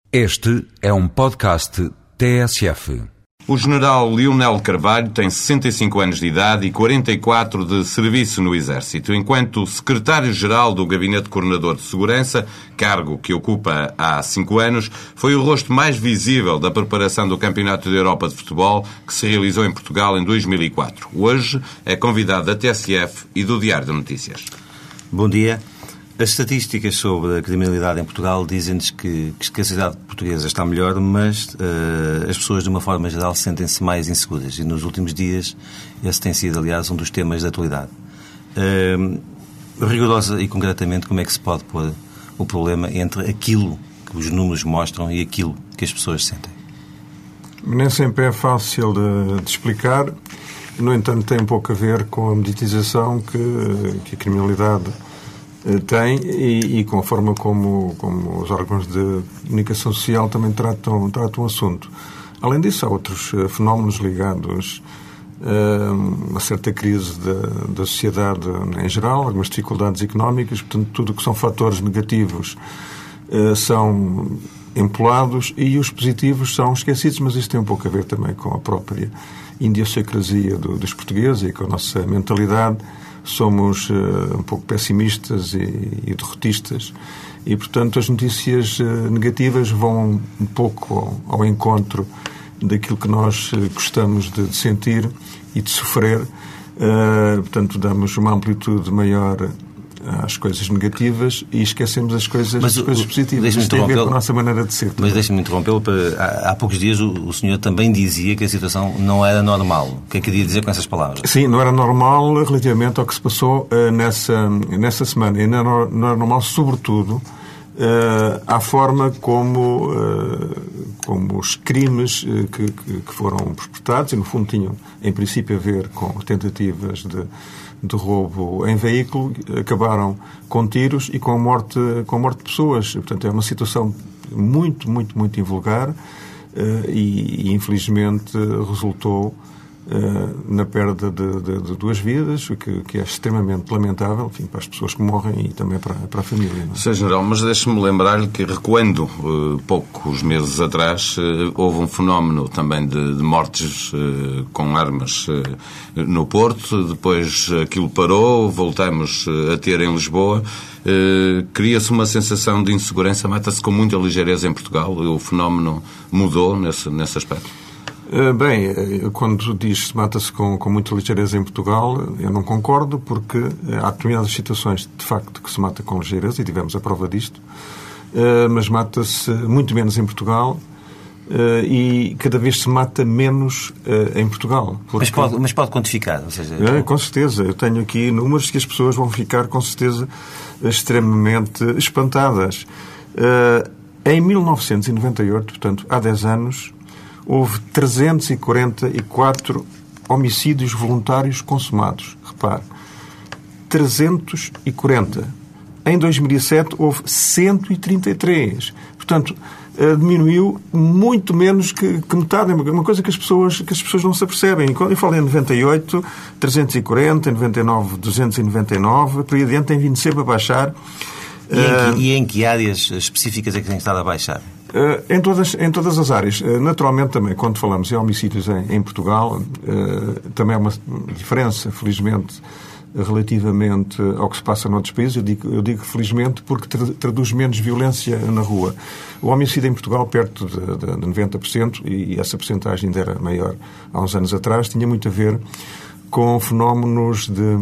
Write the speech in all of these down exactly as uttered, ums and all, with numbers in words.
Este é um podcast T S F. O general Leonel Carvalho tem sessenta e cinco anos de idade e quarenta e quatro de serviço no Exército. Enquanto secretário-geral do Gabinete Coordenador de Segurança, cargo que ocupa há cinco anos, foi o rosto mais visível da preparação do Campeonato da Europa de Futebol, que se realizou em Portugal em dois mil e quatro. Hoje é convidado da T S F e do Diário de Notícias. Bom dia. As estatísticas sobre a criminalidade em Portugal dizem-nos que, que a sociedade portuguesa está melhor, mas uh, as pessoas, de uma forma geral, sentem-se mais inseguras. E nos últimos dias, esse tem sido, aliás, um dos temas da atualidade. Uh, rigorosa e concretamente, como é que se pode pôr o problema entre aquilo que os números mostram e aquilo que as pessoas sentem? Nem sempre é fácil de, de explicar. No entanto, tem um pouco a ver com a mediatização que, que a criminalidade tem e, e com a forma como, como os órgãos de comunicação social também tratam, tratam o assunto. Além disso, há outros uh, fenómenos ligados a uh, uma certa crise da, da sociedade em geral, algumas dificuldades económicas, portanto, tudo o que são fatores negativos uh, são empolados e os positivos são esquecidos, mas isso tem um pouco a ver também com a própria idiosincrasia do, dos portugueses e com a nossa mentalidade. Somos uh, um pouco pessimistas e, e derrotistas e, portanto, as notícias uh, negativas vão um pouco ao, ao encontro daquilo que nós uh, gostamos de, de sentir e de sofrer. Uh, portanto, damos uma amplitude maior às coisas negativas e esquecemos as coisas, mas, as coisas positivas. Isso tem a ver com a nossa maneira de ser. Mas deixe-me interrompê-lo. Há, há poucos dias o, o senhor também dizia que a situação não era normal. O que é que queria dizer com essas palavras? Sim, não era normal relativamente ao que se passou uh, nessa, nessa semana. E não era, não era normal, sobretudo, uh, à forma como, uh, como os crimes uh, que, que, que foram perpetrados, e no fundo tinham, em princípio, a ver com tentativas de de roubo em veículo, acabaram com tiros e com a morte, com a morte de pessoas. Portanto, é uma situação muito, muito, muito invulgar e, e infelizmente, resultou uh, na perda de, de, de duas vidas, o que, que é extremamente lamentável, enfim, para as pessoas que morrem e também para, para a família. Não é? senhor General, mas deixe-me lembrar-lhe que, recuando uh, poucos meses atrás, uh, houve um fenómeno também de, de mortes uh, com armas uh, no Porto, depois aquilo parou, voltamos uh, a ter em Lisboa. Uh, cria-se uma sensação de insegurança, mata-se com muita ligeireza em Portugal, o fenómeno mudou nesse, nesse aspecto? Bem, quando diz que mata-se com, com muita ligeireza em Portugal, eu não concordo, porque há determinadas situações, de facto, que se mata com ligeireza, e tivemos a prova disto, mas mata-se muito menos em Portugal e cada vez se mata menos em Portugal. Porque... Mas, pode, mas pode quantificar? Ou seja, é, com certeza. Eu tenho aqui números que as pessoas vão ficar, com certeza, extremamente espantadas. Em mil novecentos e noventa e oito, portanto, há dez anos, houve trezentos e quarenta e quatro homicídios voluntários consumados. Repare, trezentos e quarenta. Em dois mil e sete houve cento e trinta e três. Portanto, diminuiu muito menos que, que metade. É uma coisa que as, pessoas, que as pessoas não se apercebem. Quando eu falo em noventa e oito, trezentos e quarenta, em noventa e nove, duzentos e noventa e nove, por aí adiante tem vindo sempre a baixar. E em, que, e em que áreas específicas é que tem estado a baixar? Uh, em, todas, em todas as áreas. Uh, naturalmente, também, quando falamos em homicídios em, em Portugal, uh, também há uma diferença, felizmente, relativamente ao que se passa noutros países. Eu digo, eu digo felizmente porque tra- traduz menos violência na rua. O homicídio em Portugal, perto de, de, de noventa por cento, e essa porcentagem ainda era maior há uns anos atrás, tinha muito a ver com fenómenos de...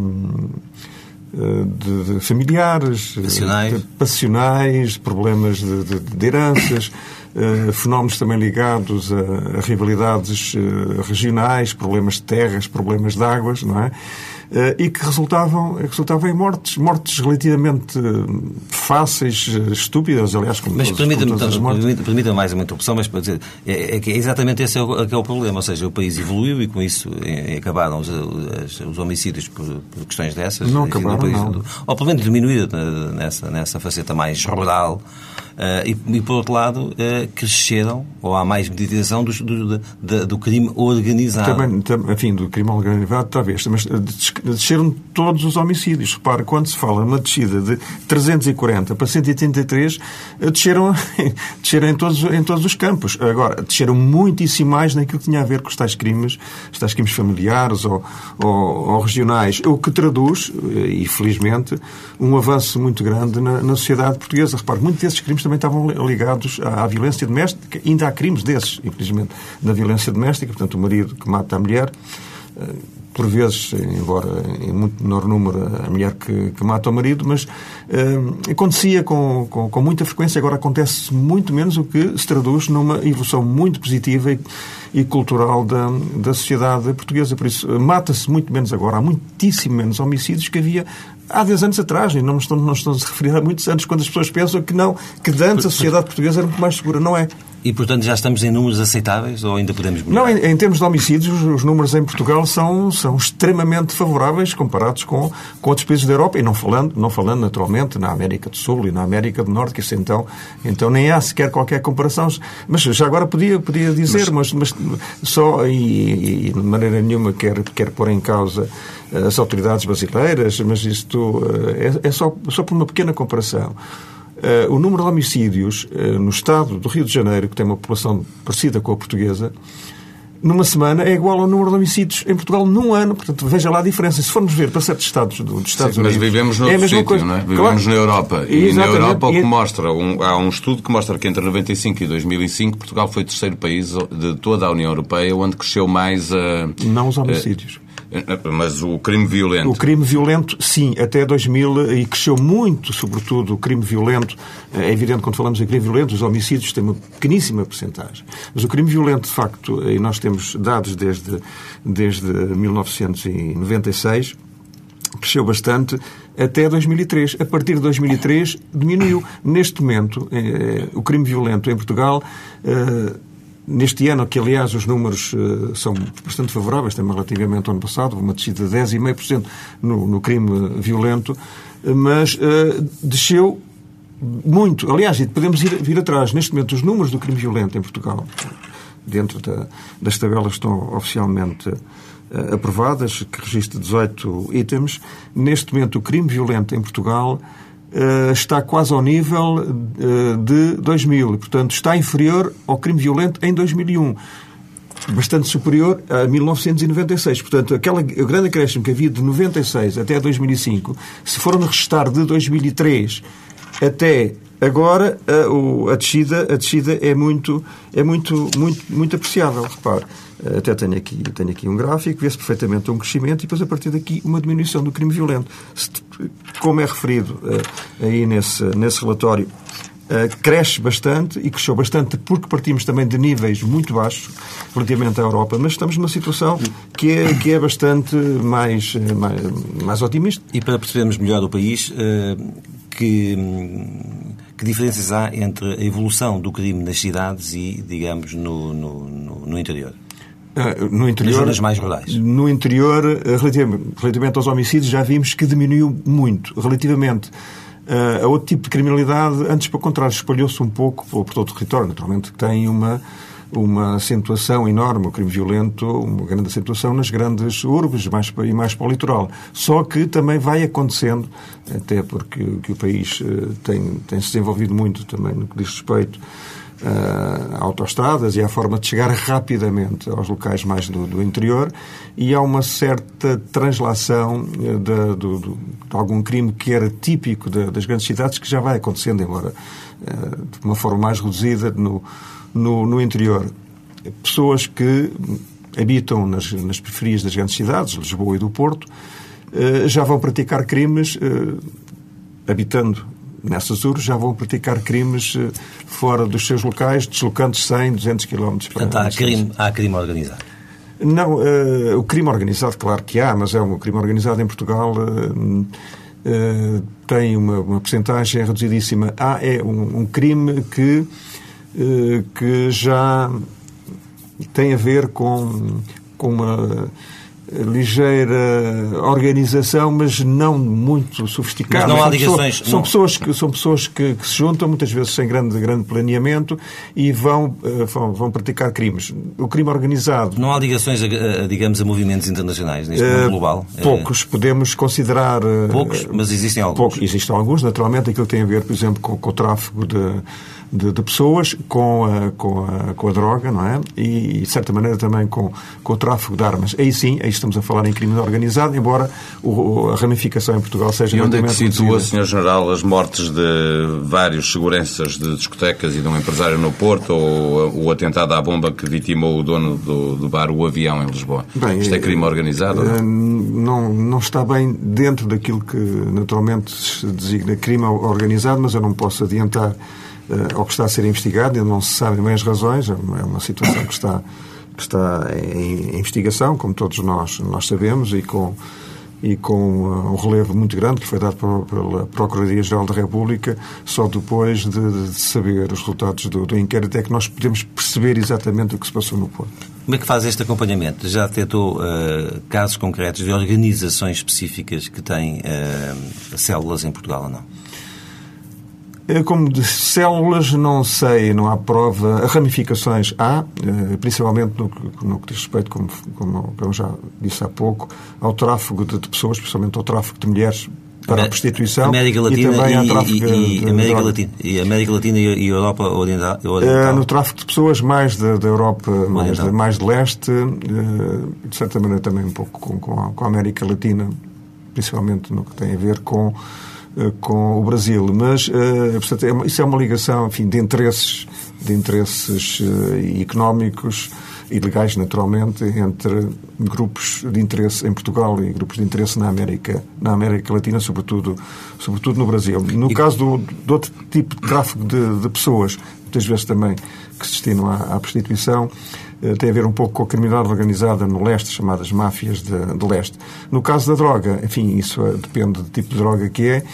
De, de familiares, passionais, de, passionais problemas de, de, de heranças, uh, fenómenos também ligados a, a rivalidades uh, regionais, problemas de terras, problemas de águas, não é? Uh, e que resultavam, resultavam em mortes, mortes relativamente fáceis, estúpidas, aliás, como mas todas, como todas as mortes. Permita, permita mais uma interrupção, mas para dizer, é, é que exatamente esse é o, que é o problema, ou seja, o país evoluiu e com isso é, acabaram os, os, os homicídios por, por questões dessas. Não acabaram, país, não. Do, ou pelo menos diminuído nessa, nessa faceta mais rural. Uh, e, e, por outro lado, uh, cresceram, ou há mais meditização do, do, do, do crime organizado. Também, tam, enfim, do crime organizado, talvez, mas desceram todos os homicídios. Repara, quando se fala numa descida de trezentos e quarenta para cento e oitenta e três, desceram, desceram em, todos, em todos os campos. Agora, desceram muitíssimo mais naquilo que tinha a ver com os tais crimes, os tais crimes familiares ou, ou, ou regionais, o que traduz, e felizmente, um avanço muito grande na, na sociedade portuguesa. Repare, muitos desses crimes também estavam ligados à violência doméstica. Ainda há crimes desses, infelizmente, na violência doméstica. Portanto, o marido que mata a mulher, por vezes, embora em muito menor número, a mulher que, que mata o marido, mas eh, acontecia com, com, com muita frequência. Agora acontece muito menos, o que se traduz numa evolução muito positiva e, e cultural da, da sociedade portuguesa. Por isso, mata-se muito menos agora. Há muitíssimo menos homicídios que havia há dez anos atrás, e não estamos, não estamos a referir a muitos anos, quando as pessoas pensam que não, que de antes a sociedade portuguesa era muito mais segura. Não é. E, portanto, já estamos em números aceitáveis ou ainda podemos melhorar? Não, em, em termos de homicídios, os números em Portugal são, são extremamente favoráveis comparados com, com outros países da Europa, e não falando, não falando naturalmente na América do Sul e na América do Norte, que isso então, então nem há sequer qualquer comparação. Mas já agora podia, podia dizer, mas, mas, mas só, e, e de maneira nenhuma quer, quer pôr em causa as autoridades brasileiras, mas isto é, é só, só por uma pequena comparação. Uh, o número de homicídios uh, no estado do Rio de Janeiro, que tem uma população parecida com a portuguesa, numa semana é igual ao número de homicídios em Portugal num ano. Portanto, veja lá a diferença. Se formos ver para certos estados do, dos Estados Sim, Unidos... Mas vivemos noutro é a mesma sítio, coisa. Não é? Vivemos Claro. na Europa. E Exatamente. na Europa o que e... mostra... Um, há um estudo que mostra que entre noventa e cinco e dois mil e cinco Portugal foi o terceiro país de toda a União Europeia onde cresceu mais... Uh, Não os homicídios. Uh, Mas o crime violento. O crime violento, sim, até dois mil, e cresceu muito, sobretudo, o crime violento. É evidente, quando falamos em crime violento, os homicídios têm uma pequeníssima percentagem. Mas o crime violento, de facto, e nós temos dados desde, desde mil novecentos e noventa e seis, cresceu bastante até dois mil e três. A partir de dois mil e três, diminuiu. Neste momento, eh, o crime violento em Portugal... Eh, Neste ano, que aliás os números uh, são bastante favoráveis, também relativamente ao ano passado, houve uma descida de dez vírgula cinco por cento no, no crime violento, mas uh, desceu muito. Aliás, e podemos ir, vir atrás. Neste momento, os números do crime violento em Portugal, dentro da, das tabelas que estão oficialmente uh, aprovadas, que registra dezoito itens, neste momento o crime violento em Portugal Uh, está quase ao nível uh, de dois mil. Portanto, está inferior ao crime violento em dois mil e um. Bastante superior a mil novecentos e noventa e seis. Portanto, aquela grande acréscimo que havia de noventa e seis até dois mil e cinco, se formos restar de dois mil e três até agora, a, o, a, descida, a descida é muito, é muito, muito, muito apreciável. Repare, até tenho aqui, tenho aqui um gráfico, vê-se perfeitamente um crescimento e depois, a partir daqui, uma diminuição do crime violento. Como é referido uh, aí nesse, nesse relatório, uh, cresce bastante, e cresceu bastante porque partimos também de níveis muito baixos relativamente à Europa, mas estamos numa situação que é, que é bastante mais, mais, mais otimista. E para percebermos melhor o país, uh, que, que diferenças há entre a evolução do crime nas cidades e, digamos, no, no, no, no interior? Uh, no interior, nas zonas mais rurais. No interior, relativamente, relativamente aos homicídios, já vimos que diminuiu muito. Relativamente uh, a outro tipo de criminalidade, antes, pelo contrário, espalhou-se um pouco por, por todo o território. Naturalmente que tem uma, uma acentuação enorme, o crime violento, uma grande acentuação nas grandes urbes mais, e mais para o litoral. Só que também vai acontecendo, até porque que o país uh, tem, tem se desenvolvido muito também no que diz respeito a autoestradas e à forma de chegar rapidamente aos locais mais do, do interior, e há uma certa translação de, de, de, de algum crime que era típico de, das grandes cidades, que já vai acontecendo, embora de uma forma mais reduzida no, no, no interior. Pessoas que habitam nas, nas periferias das grandes cidades, Lisboa e do Porto, já vão praticar crimes habitando nessas urbes, já vão praticar crimes fora dos seus locais, deslocando cem, duzentos quilómetros para... Portanto, há crime, há crime organizado? Não, uh, o crime organizado, claro que há, mas é um crime organizado em Portugal uh, uh, tem uma, uma percentagem reduzidíssima. Há é um, um crime que, uh, que já tem a ver com, com uma... ligeira organização, mas não muito sofisticada. Mas não há são ligações... Pessoas, são pessoas, que, são pessoas que, que se juntam, muitas vezes sem grande, grande planeamento, e vão, vão, vão praticar crimes. O crime organizado... Não há ligações, a, a, digamos, a movimentos internacionais neste mundo global? Poucos. Podemos considerar... Poucos, mas existem alguns. Poucos. Existem alguns, naturalmente. Aquilo tem a ver, por exemplo, com, com o tráfico de... De, de pessoas, com a, com, a, com a droga, não é? E, de certa maneira, também com, com o tráfico de armas. Aí sim, aí estamos a falar em crime organizado, embora o, a ramificação em Portugal seja... E onde é que situa, senhor General, as mortes de vários seguranças de discotecas e de um empresário no Porto, ou o atentado à bomba que vitimou o dono do, do bar O Avião, em Lisboa? Bem, isto é crime organizado? Não? não, não está bem dentro daquilo que naturalmente se designa crime organizado, mas eu não posso adiantar Uh, ao que está a ser investigado, ainda não se sabem bem as razões, é uma situação que está, que está em, em investigação, como todos nós, nós sabemos, e com, e com uh, um relevo muito grande que foi dado por, pela Procuradoria-Geral da República. Só depois de, de saber os resultados do, do inquérito é que nós podemos perceber exatamente o que se passou no Porto. Como é que faz este acompanhamento? Já detectou uh, casos concretos de organizações específicas que têm uh, células em Portugal ou não? Como de células, não sei, não há prova. Ramificações há, principalmente no, no que diz respeito, como, como eu já disse há pouco, ao tráfico de, de pessoas, principalmente ao tráfico de mulheres para a prostituição. América Latina e também e, ao tráfico e, de, América de Latina, e América Latina e Europa Oriental. Uh, no tráfico de pessoas, mais da, da Europa, mais de, mais de leste, uh, de certa maneira também um pouco com, com, a, com a América Latina, principalmente no que tem a ver com com o Brasil, mas portanto, isso é uma ligação, enfim, de interesses, de interesses económicos e legais, naturalmente, entre grupos de interesse em Portugal e grupos de interesse na América, na América Latina, sobretudo, sobretudo no Brasil. No e... caso do, de outro tipo de tráfico de, de pessoas, muitas vezes também que se destinam à, à prostituição, tem a ver um pouco com a criminalidade organizada no leste, chamadas máfias de, de leste. No caso da droga, enfim, isso depende do tipo de droga que é.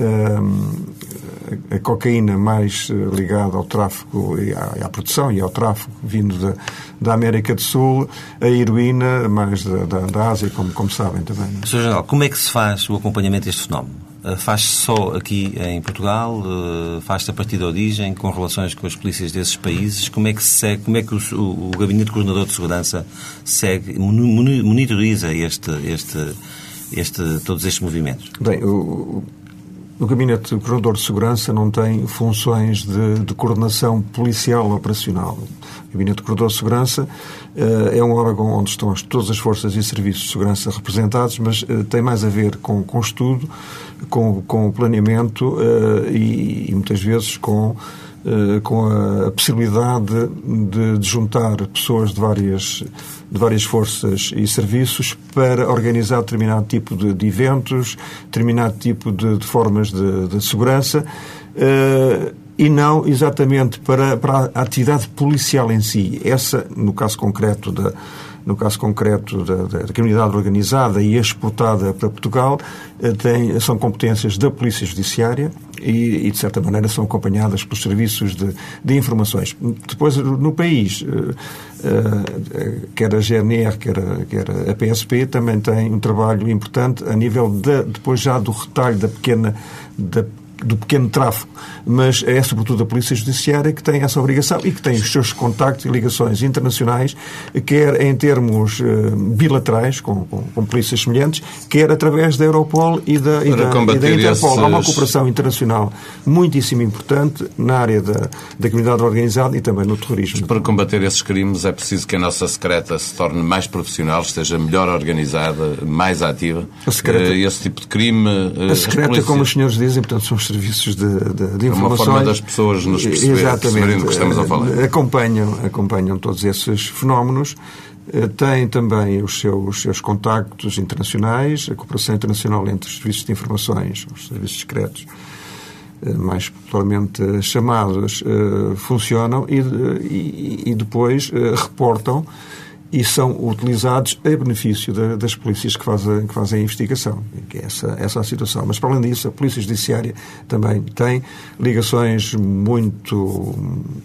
A cocaína mais ligada ao tráfico e à, à produção e ao tráfico vindo da, da América do Sul, a heroína mais da, da, da Ásia, como, como sabem também. senhor General, como é que se faz o acompanhamento deste fenómeno? Faz-se só aqui em Portugal? Faz-se a partir da origem, com relações com as polícias desses países? Como é que, se segue, como é que o, o, o Gabinete Coordenador de Segurança segue, monitoriza este, este, este, todos estes movimentos? Bem, o, o Gabinete Coordenador de Segurança não tem funções de, de coordenação policial operacional. O Gabinete Coordenador de Segurança uh, é um órgão onde estão as, todas as forças e serviços de segurança representados, mas uh, tem mais a ver com, com estudo, com, com planeamento uh, e, e muitas vezes com, uh, com a, a possibilidade de, de juntar pessoas de várias, de várias forças e serviços para organizar determinado tipo de, de eventos, determinado tipo de, de formas de, de segurança, uh, e não exatamente para, para a atividade policial em si. Essa, no caso concreto da, no caso concreto da, da, da criminalidade organizada e exportada para Portugal, tem, são competências da Polícia Judiciária e, e, de certa maneira, são acompanhadas pelos serviços de, de informações. Depois, no país, quer a G N R, quer a, quer a P S P, também tem um trabalho importante a nível, de, depois já do retalho da pequena... Da, do pequeno tráfico, mas é sobretudo a Polícia Judiciária que tem essa obrigação e que tem os seus contactos e ligações internacionais, quer em termos uh, bilaterais, com, com, com polícias semelhantes, quer através da Europol e da, e da, e da Interpol. Esses... Há uma cooperação internacional muitíssimo importante na área da, da criminalidade organizada e também no terrorismo. Para combater esses crimes é preciso que a nossa secreta se torne mais profissional, esteja melhor organizada, mais ativa. A secreta... Esse tipo de crime... A secreta, polícias... como os senhores dizem, portanto, são os serviços de, de, de informações. É uma forma das pessoas nos perceberem do que estamos a falar. Acompanham, acompanham todos esses fenómenos, têm também os seus, os seus contactos internacionais, a cooperação internacional entre os serviços de informações, os serviços secretos, mais popularmente chamados, funcionam e, e, e depois reportam e são utilizados a benefício da, das polícias que fazem, que fazem a investigação. Que é essa, essa é a situação. Mas, para além disso, a Polícia Judiciária também tem ligações muito,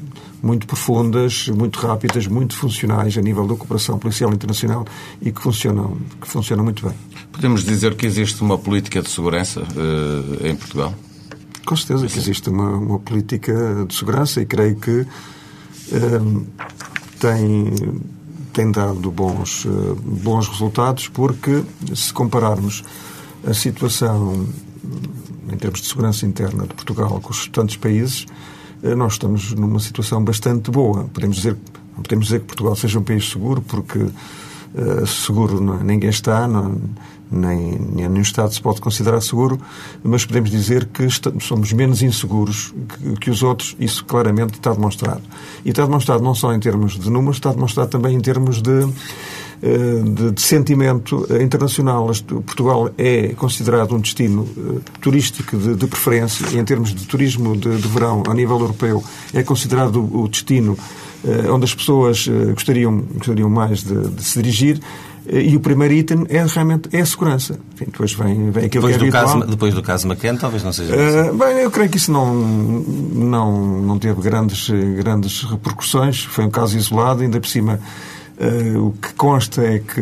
muito profundas, muito rápidas, muito funcionais a nível da cooperação policial internacional e que funcionam, que funcionam muito bem. Podemos dizer que existe uma política de segurança uh, em Portugal? Com certeza que existe uma, uma política de segurança e creio que uh, tem, tem dado bons, uh, bons resultados, porque se compararmos a situação em termos de segurança interna de Portugal com os restantes países, uh, nós estamos numa situação bastante boa. Podemos dizer, não podemos dizer que Portugal seja um país seguro, porque uh, seguro não, ninguém está, não, nem nenhum Estado se pode considerar seguro, mas podemos dizer que estamos, somos menos inseguros que, que os outros. Isso claramente está demonstrado. E está demonstrado não só em termos de números, está demonstrado também em termos de, de, de sentimento internacional. Portugal é considerado um destino turístico de, de preferência, e em termos de turismo de, de verão a nível europeu é considerado o destino onde as pessoas gostariam, gostariam mais de, de se dirigir. E o primeiro item é realmente é a segurança. Enfim, depois vem, vem aquilo depois que é do habitual. Caso, depois do caso McCann, talvez não seja uh, Bem, eu creio que isso não, não, não teve grandes, grandes repercussões. Foi um caso isolado, ainda por cima uh, o que consta é que,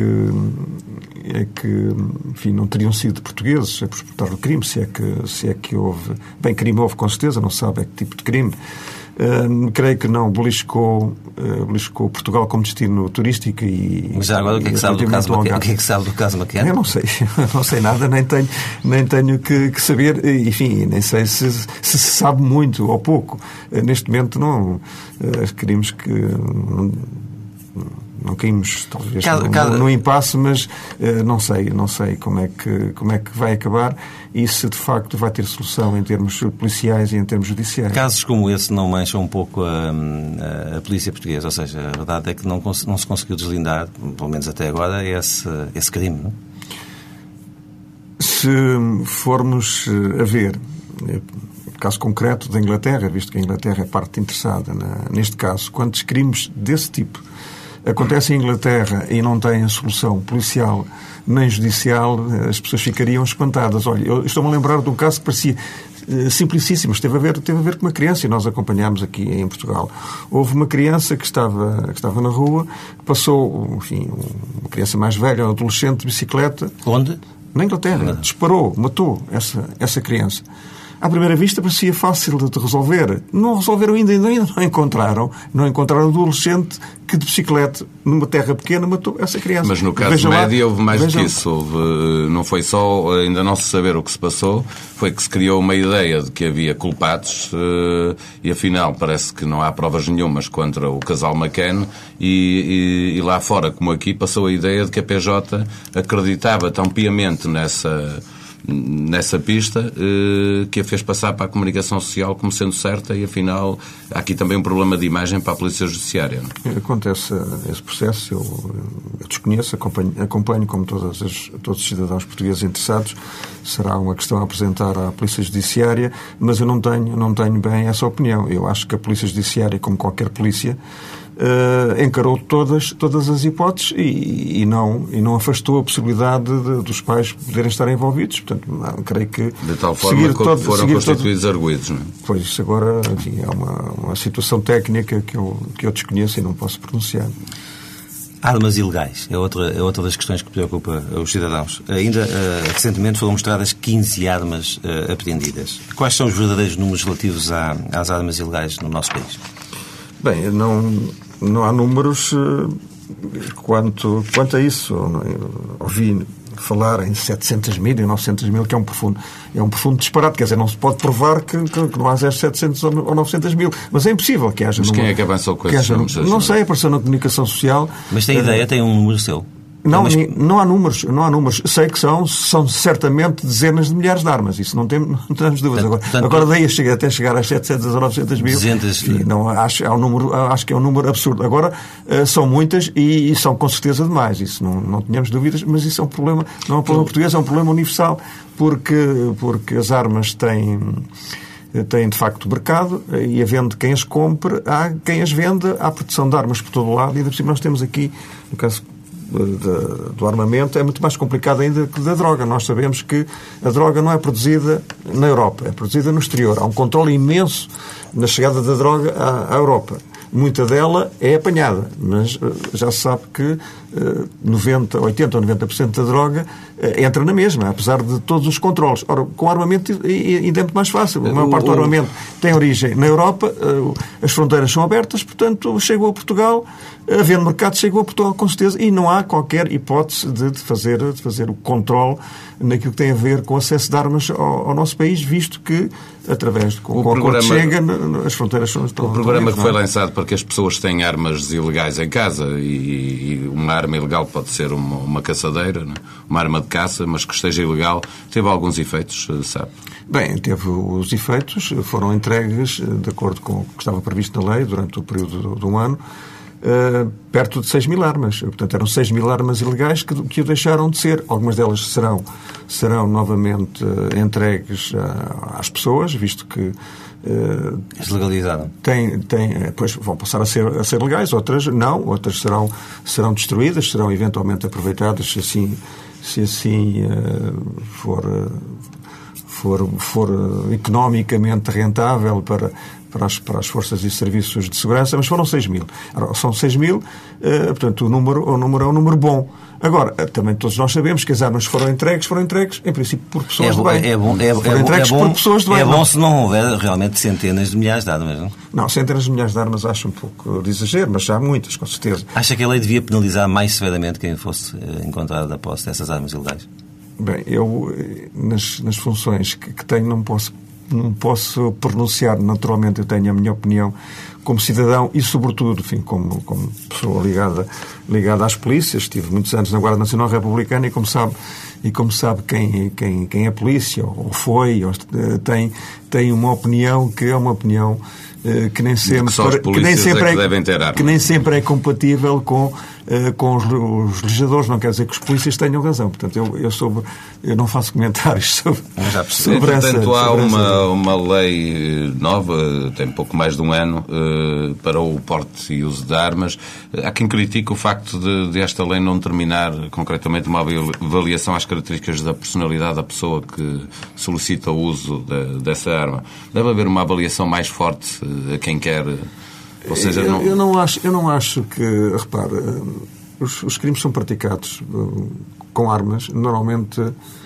é que enfim, não teriam sido portugueses a perpetrar o crime, se é, que, se é que houve... Bem, crime houve com certeza, não se sabe é que tipo de crime. Uh, creio que não beliscou, uh, beliscou Portugal como destino turístico e... Mas já agora o que é que sabe do caso McCann? O que é que sabe do caso McCann? Eu não sei, não sei nada, nem tenho, nem tenho que, que saber, enfim, nem sei se, se se sabe muito ou pouco. Uh, neste momento não, uh, queríamos que... Não, não caímos, talvez, cada, no, cada... no impasse, mas uh, não sei, não sei como é, que, como é que vai acabar e se de facto vai ter solução em termos policiais e em termos judiciais. Casos como esse não mancham um pouco a, a, a polícia portuguesa, ou seja, a verdade é que não, não se conseguiu deslindar, pelo menos até agora, esse, esse crime, não? Se formos a ver o caso concreto da Inglaterra, visto que a Inglaterra é parte interessada na, neste caso, quantos crimes desse tipo acontece em Inglaterra e não tem a solução policial nem judicial, as pessoas ficariam espantadas. Olha, eu estou-me a lembrar de um caso que parecia uh, simplicíssimo. Teve a ver, teve a ver com uma criança, e nós acompanhámos aqui em Portugal. Houve uma criança que estava, que estava na rua, passou, enfim, uma criança mais velha, um adolescente de bicicleta. Onde? Na Inglaterra. Não. Disparou, matou essa, essa criança. À primeira vista parecia fácil de resolver. Não resolveram ainda, ainda não encontraram. Não encontraram o adolescente que de bicicleta, numa terra pequena, matou essa criança. Mas no caso médio houve mais do que isso. Houve, não foi só ainda não se saber o que se passou, foi que se criou uma ideia de que havia culpados e afinal parece que não há provas nenhumas contra o casal McCann e, e, e lá fora, como aqui, passou a ideia de que a P J acreditava tão piamente nessa... nessa pista eh, que a fez passar para a comunicação social como sendo certa e, afinal, há aqui também um problema de imagem para a Polícia Judiciária. Não? Acontece esse processo, eu, eu desconheço, acompanho, acompanho como todas as, todos os cidadãos portugueses interessados. Será uma questão a apresentar à Polícia Judiciária, mas eu não tenho, não tenho bem essa opinião. Eu acho que a Polícia Judiciária, como qualquer polícia, Uh, encarou todas, todas as hipóteses e, e, não, e não afastou a possibilidade de, dos pais poderem estar envolvidos. Portanto, não, creio que... De tal forma que todo, foram constituídos todo... arguidos, não é? Pois, isso agora, enfim, é uma, uma situação técnica que eu, que eu desconheço e não posso pronunciar. Armas ilegais é outra, é outra das questões que preocupa os cidadãos. Ainda uh, recentemente foram mostradas quinze armas uh, apreendidas. Quais são os verdadeiros números relativos à, às armas ilegais no nosso país? Bem, não, não há números uh, quanto, quanto a isso. Eu ouvi falar em setecentos mil e novecentos mil, que é um profundo, é um profundo disparate. Quer dizer, não se pode provar que, que, que não haja setecentos ou novecentos mil. Mas é impossível que haja... Mas número, quem é que avançou com esses números? Não sei, apareceu na comunicação social. Mas tem ideia, uh, tem um número seu? Não, mas... não há números, não há números. Sei que são, são certamente dezenas de milhares de armas. Isso não, tem, não temos dúvidas. Agora, Portanto, agora daí a chegar, até chegar às setecentos ou novecentos mil. duzentos... Enfim, não, acho, é um número, acho que é um número absurdo. Agora, uh, são muitas e, e são com certeza demais. Isso não, não tínhamos dúvidas, mas isso é um problema, não é um problema português, é um problema universal. Porque, porque as armas têm... têm de facto mercado e havendo quem as compre, há quem as venda, há produção de armas por todo o lado e ainda por cima nós temos aqui, no caso de, do armamento, é muito mais complicado ainda que da droga. Nós sabemos que a droga não é produzida na Europa, é produzida no exterior. Há um controle imenso na chegada da droga à, à Europa. muita dela é apanhada, mas já se sabe que noventa, oitenta ou noventa por cento da droga entra na mesma, apesar de todos os controles. Ora, com armamento ainda é muito mais fácil. A maior parte do armamento tem origem na Europa, as fronteiras são abertas, portanto, chegou a Portugal, havendo mercado, chegou a Portugal com certeza, e não há qualquer hipótese de, de, fazer, de fazer o controle naquilo que tem a ver com o acesso de armas ao, ao nosso país, visto que, através de com o programa, acordo chega, as fronteiras são... O programa que foi lançado para que as pessoas tenham armas ilegais em casa, e, e uma arma ilegal pode ser uma, uma caçadeira, não? Uma arma de caça, mas que esteja ilegal, teve alguns efeitos, sabe? Bem, teve os efeitos, foram entregues, de acordo com o que estava previsto na lei, durante o período de um ano, Uh, perto de seis mil armas. Portanto, eram seis mil armas ilegais que, que o deixaram de ser. Algumas delas serão, serão novamente uh, entregues uh, às pessoas, visto que uh, se legalizaram. Tem, tem, pois vão passar a ser, a ser legais, outras não, outras serão, serão destruídas, serão eventualmente aproveitadas se assim, se assim uh, for, uh, for, for uh, economicamente rentável para Para as, para as forças e serviços de segurança, mas foram seis mil. São seis mil, eh, portanto, o número, o número é um número bom. Agora, também todos nós sabemos que as armas foram entregues, foram entregues, em princípio, por pessoas é de bom, bem. É bom, é, foram é, entregues é bom, por pessoas de bem. É bom não. se não houver realmente centenas de milhares de armas, não? Não, centenas de milhares de armas acho um pouco de exagero, mas já há muitas, com certeza. Acha que a lei devia penalizar mais severamente quem fosse encontrado a posse dessas armas ilegais? Bem, eu, nas, nas funções que, que tenho, não posso Não posso pronunciar, naturalmente eu tenho a minha opinião como cidadão e, sobretudo, enfim, como, como pessoa ligada, ligada às polícias. Estive muitos anos na Guarda Nacional Republicana e, como sabe, e como sabe quem, quem, quem é polícia, ou foi, ou tem, tem uma opinião que é uma opinião que nem sempre, que, que nem sempre é, que é, que nem sempre é compatível com, com os, os legisladores. Não quer dizer que os polícias tenham razão. Portanto, eu, eu, sobre, eu não faço comentários sobre, sobre essa... Portanto, há sobre uma, essa... uma lei nova, tem pouco mais de um ano, para o porte e uso de armas. Há quem critique o facto de, de esta lei não determinar concretamente uma avaliação às características da personalidade da pessoa que solicita o uso de, dessa arma. Deve haver uma avaliação mais forte a quem quer... Ou seja, eu, não... Eu, não acho, eu não acho que... Repare, os, os crimes são praticados com armas. Normalmente,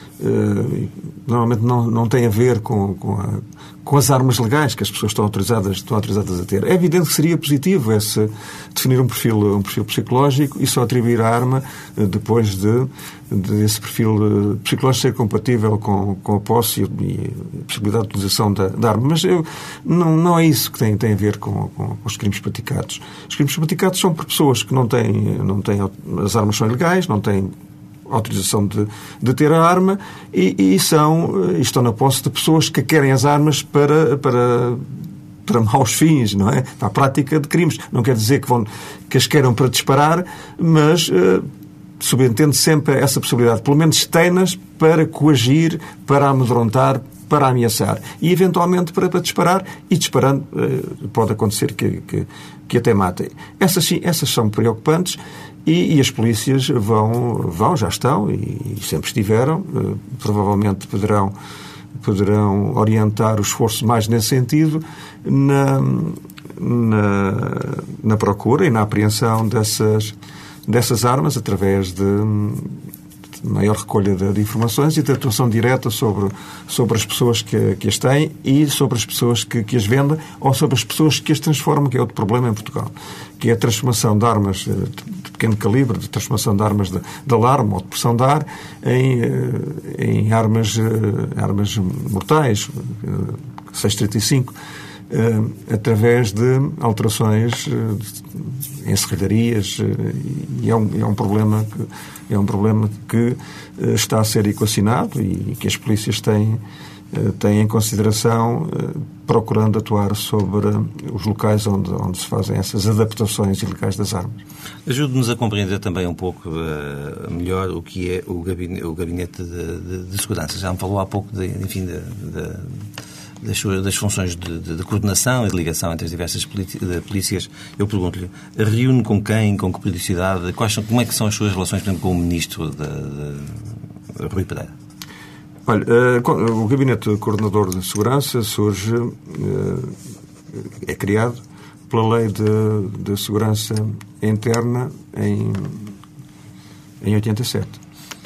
normalmente não, não tem a ver com, com, a, com as armas legais que as pessoas estão autorizadas, estão autorizadas a ter. É evidente que seria positivo esse, definir um perfil, um perfil psicológico e só atribuir a arma depois de, de esse perfil psicológico ser compatível com, com a posse e a possibilidade de utilização da, da arma. Mas eu, não, não é isso que tem, tem a ver com, com os crimes praticados. Os crimes praticados são por pessoas que não têm, não têm as armas são ilegais, não têm autorização de, de ter a arma e, e, são, e estão na posse de pessoas que querem as armas para, para, para maus fins, não é? Para a prática de crimes. Não quer dizer que, vão, que as queiram para disparar, mas uh, subentende sempre essa possibilidade, pelo menos tem-nas para coagir, para amedrontar, para ameaçar e, eventualmente, para, para disparar e, disparando, uh, pode acontecer que, que, que até matem. Essas, sim, essas são preocupantes. E, e as polícias vão, vão, já estão e, e sempre estiveram, eh, provavelmente poderão, poderão orientar o esforço mais nesse sentido na, na, na procura e na apreensão dessas, dessas armas através de, de maior recolha de, de informações e de atuação direta sobre, sobre as pessoas que, que as têm e sobre as pessoas que, que as vendem ou sobre as pessoas que as transformam, que é outro problema em Portugal, que é a transformação de armas de pequeno calibre, de transformação de armas de, de alarme ou de pressão de ar em, em armas, armas mortais, seiscentos e trinta e cinco, através de alterações em serralharias, e é um, é um problema que, é um problema que está a ser equacionado e que as polícias têm têm em consideração, procurando atuar sobre os locais onde, onde se fazem essas adaptações ilegais das armas. Ajude-nos a compreender também um pouco uh, melhor o que é o gabinete, o gabinete de, de, de segurança. Já me falou há pouco de, enfim, de, de, das, suas, das funções de, de, de coordenação e de ligação entre as diversas polícias. Eu pergunto-lhe, reúne com quem, com que periodicidade, quais são, como é que são as suas relações, por exemplo, com o Ministro de, de, Rui Pereira? Olha, uh, o Gabinete Coordenador de Segurança surge, uh, é criado pela Lei de, de Segurança Interna em, em oitenta e sete.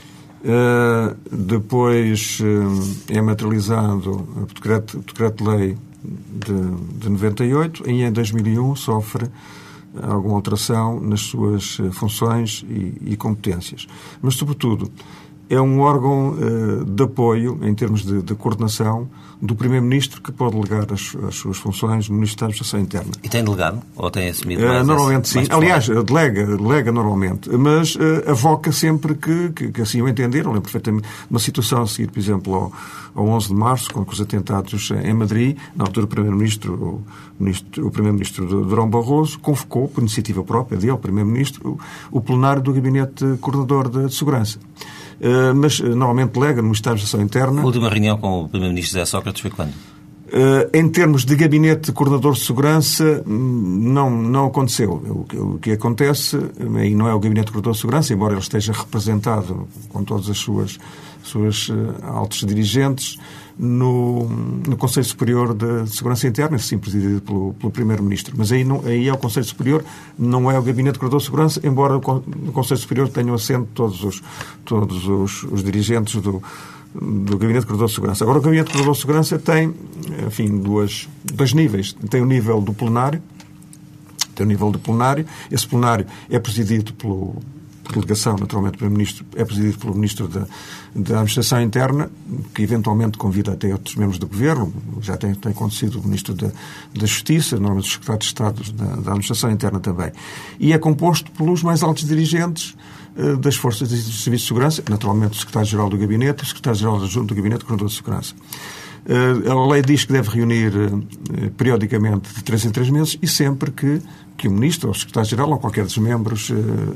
Uh, depois uh, é materializado o decreto, decreto-lei de, de noventa e oito e em dois mil e um sofre alguma alteração nas suas funções e, e competências. Mas, sobretudo, é um órgão uh, de apoio, em termos de, de coordenação, do Primeiro-Ministro, que pode delegar as, as suas funções no Ministro da Administração Interna. E tem delegado? Ou tem assumido Uh, mais normalmente esse, sim. mais Aliás, delega, delega normalmente. Mas uh, avoca sempre que, que, que assim o entenderam. Lembro perfeitamente uma situação a seguir, por exemplo, ao, ao onze de março, com os atentados em Madrid. Na altura, o Primeiro-Ministro, o, ministro, o Primeiro-Ministro Durão Barroso, convocou, por iniciativa própria dele, o Primeiro-Ministro, o, o plenário do Gabinete Coordenador de Segurança. Uh, mas, uh, normalmente, delega no Ministério da Administração Interna. A última reunião com o Primeiro-Ministro José Sócrates foi quando? Uh, em termos de gabinete coordenador de segurança, não, não aconteceu. O, o que acontece, e não é o gabinete coordenador de segurança, embora ele esteja representado com todas as suas, suas uh, altos dirigentes, no, no Conselho Superior de Segurança Interna, sim, presidido pelo, pelo Primeiro-Ministro. Mas aí, não, aí é o Conselho Superior, não é o gabinete coordenador de segurança, embora no Conselho Superior tenham assento todos os, todos os, os dirigentes do do Gabinete Coordenador de Segurança. Agora, o Gabinete Coordenador de Segurança tem, enfim, duas, dois níveis. Tem o nível do plenário, tem o nível do plenário. Esse plenário é presidido pelo, por delegação, naturalmente, do Primeiro-Ministro, é presidido pelo Ministro da, da Administração Interna, que eventualmente convida até outros membros do Governo. Já tem, tem acontecido o Ministro da, da Justiça, normalmente o Secretário de Estado da, da Administração Interna também. E é composto pelos mais altos dirigentes das Forças e Serviços de Segurança, naturalmente o Secretário-Geral do Gabinete e o Secretário-Geral Adjunto do Gabinete Coordenador de Segurança. A lei diz que deve reunir periodicamente de três em três meses e sempre que, que o Ministro ou o Secretário-Geral ou qualquer dos membros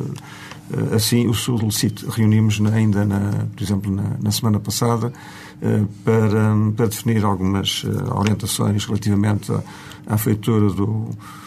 assim o solicite. Reunimos ainda, na, por exemplo, na, na semana passada para, para definir algumas orientações relativamente à, à feitura do,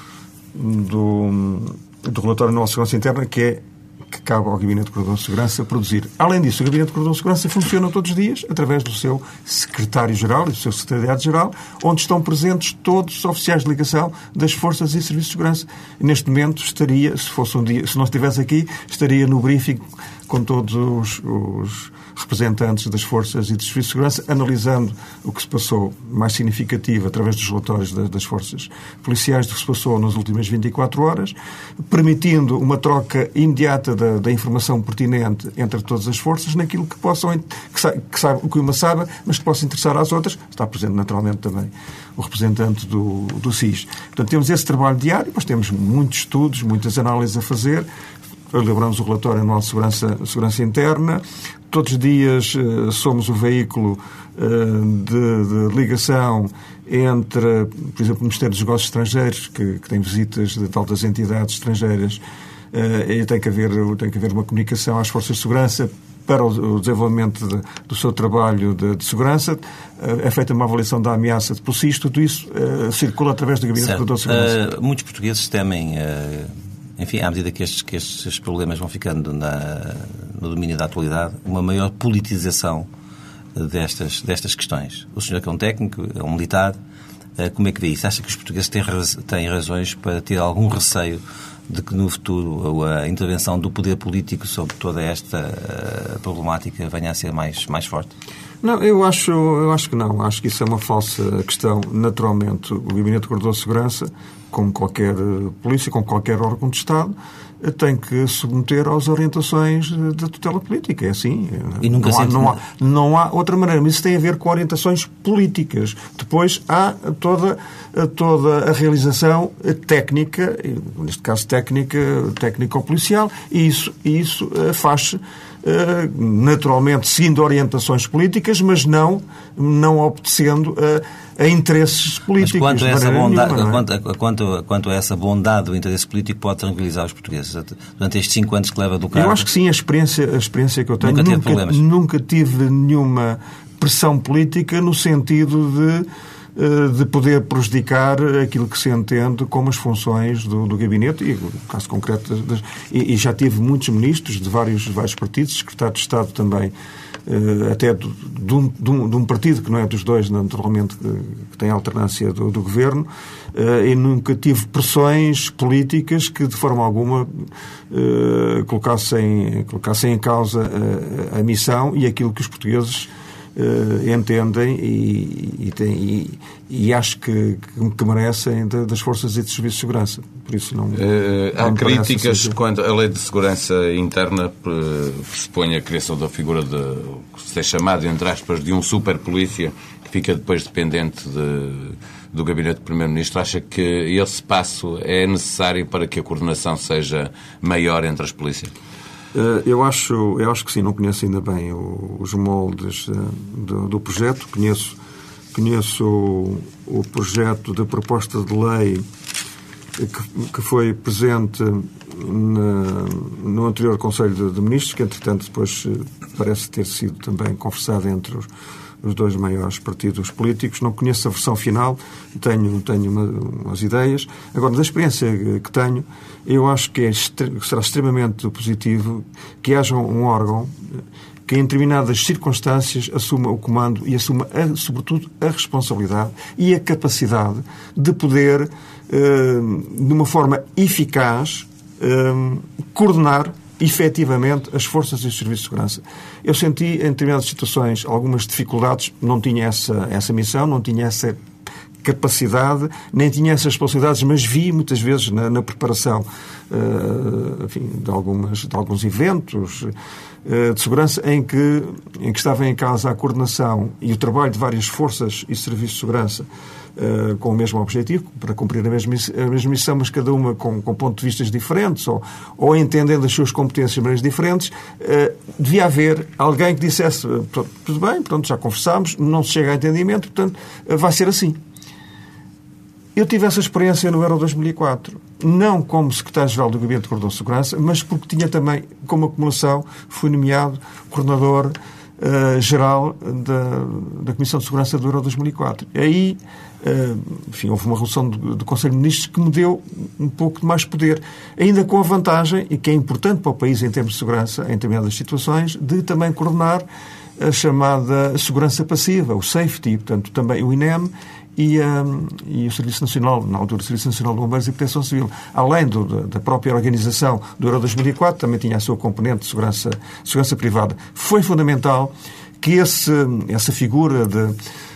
do, do relatório anual de segurança interna, que é que cabe ao Gabinete Coordenador de Segurança produzir. Além disso, o Gabinete Coordenador de Segurança funciona todos os dias através do seu Secretário-Geral e do seu Secretariado-Geral, onde estão presentes todos os oficiais de ligação das Forças e Serviços de Segurança. E neste momento estaria, se fosse um dia, se não estivesse aqui, estaria no briefing com todos os, os representantes das Forças e dos Serviços de Segurança, analisando o que se passou mais significativo através dos relatórios das, das Forças Policiais do que se passou nas últimas vinte e quatro horas, permitindo uma troca imediata da, da informação pertinente entre todas as forças naquilo que possam, que sabe, que sabe, o que uma sabe, mas que possa interessar às outras. Está presente naturalmente também o representante do, do S I S. Portanto, temos esse trabalho diário, depois temos muitos estudos, muitas análises a fazer. Elaboramos o relatório anual de segurança, segurança interna. Todos os dias uh, somos o veículo uh, de, de ligação entre, por exemplo, o Ministério dos Negócios Estrangeiros, que, que tem visitas de altas entidades estrangeiras, uh, e tem que haver, tem que haver uma comunicação às forças de segurança para o desenvolvimento de, do seu trabalho de, de segurança. Uh, é feita uma avaliação da ameaça de por si. Tudo isso uh, circula através do Gabinete de Segurança. Uh, muitos portugueses temem... Uh... Enfim, à medida que estes, que estes problemas vão ficando na, no domínio da atualidade, uma maior politização destas, destas questões. O senhor que é um técnico, é um militar, como é que vê isso? Acha que os portugueses têm, têm razões para ter algum receio de que no futuro a intervenção do poder político sobre toda esta problemática venha a ser mais, mais forte? Não, eu acho, eu acho que não. Acho que isso é uma falsa questão. Naturalmente, o Gabinete Coordenador de Segurança, como qualquer polícia, como qualquer órgão de Estado, tem que submeter às orientações da tutela política. É assim. E nunca não, há, sente... não, há, não há outra maneira. Mas isso tem a ver com orientações políticas. Depois há toda, toda a realização técnica, neste caso técnica, técnico-policial, e isso, isso faz-se naturalmente seguindo orientações políticas, mas não, não obedecendo a, a interesses políticos. Mas quanto a, essa bondade, nenhuma, quanto, a, quanto, quanto a essa bondade do interesse político pode tranquilizar os portugueses? Durante estes cinco anos que leva do cargo... Eu acho que sim, a experiência, a experiência que eu tenho... Nunca, nunca, nunca tive nenhuma pressão política no sentido de de poder prejudicar aquilo que se entende como as funções do, do gabinete e, no caso concreto, das, e, e já tive muitos ministros de vários, vários partidos, secretário de Estado também, até de, de, um, de, um, de um partido que não é dos dois, naturalmente, que, que tem a alternância do, do governo, e nunca tive pressões políticas que, de forma alguma, colocassem, colocassem em causa a, a missão e aquilo que os portugueses Uh, entendem e, e, tem, e, e acho que, que merecem de, das forças e de serviços de segurança. Por isso não. Uh, não há críticas assim. Quando a lei de segurança interna pressupõe a criação da figura de, se é chamado, entre aspas, de um super-polícia que fica depois dependente de, do gabinete do Primeiro-Ministro. Acha que esse passo é necessário para que a coordenação seja maior entre as polícias? Eu acho, eu acho que sim, não conheço ainda bem os moldes do, do projeto. Conheço, conheço o, o projeto de proposta de lei que, que foi presente na, no anterior Conselho de, de Ministros, que entretanto depois parece ter sido também conversado entre os, os dois maiores partidos políticos. Não conheço a versão final, tenho, tenho uma, umas ideias. Agora, da experiência que tenho, eu acho que, é, que será extremamente positivo que haja um órgão que, em determinadas circunstâncias, assuma o comando e assuma, a, sobretudo, a responsabilidade e a capacidade de poder, eh, de uma forma eficaz, eh, coordenar efetivamente as forças e os serviços de segurança. Eu senti, em determinadas situações, algumas dificuldades, não tinha essa, essa missão, não tinha essa capacidade, nem tinha essas responsabilidades, mas vi muitas vezes na, na preparação uh, enfim, de, algumas, de alguns eventos uh, de segurança em que, em que estava em causa a coordenação e o trabalho de várias forças e serviços de segurança uh, com o mesmo objetivo, para cumprir a mesma, a mesma missão, mas cada uma com, com pontos de vista diferentes ou, ou entendendo as suas competências de maneiras diferentes. Uh, devia haver alguém que dissesse tudo bem, pronto, já conversámos, não se chega a entendimento, portanto, uh, vai ser assim. Eu tive essa experiência no Euro dois mil e quatro, não como secretário-geral do Gabinete de Coordenação de Segurança, mas porque tinha também, como acumulação, fui nomeado coordenador uh, geral da, da Comissão de Segurança do Euro dois mil e quatro. E aí, uh, enfim, houve uma redução do, do Conselho de Ministros que me deu um pouco de mais poder, ainda com a vantagem, e que é importante para o país em termos de segurança, em determinadas situações, de também coordenar a chamada segurança passiva, o safety, portanto, também o I N E M, E, um, e o Serviço Nacional, na altura o Serviço Nacional de Bombeiros e Proteção Civil, além do, da própria organização do Euro dois mil e quatro, também tinha a sua componente de segurança, segurança privada. Foi fundamental que esse, essa figura de,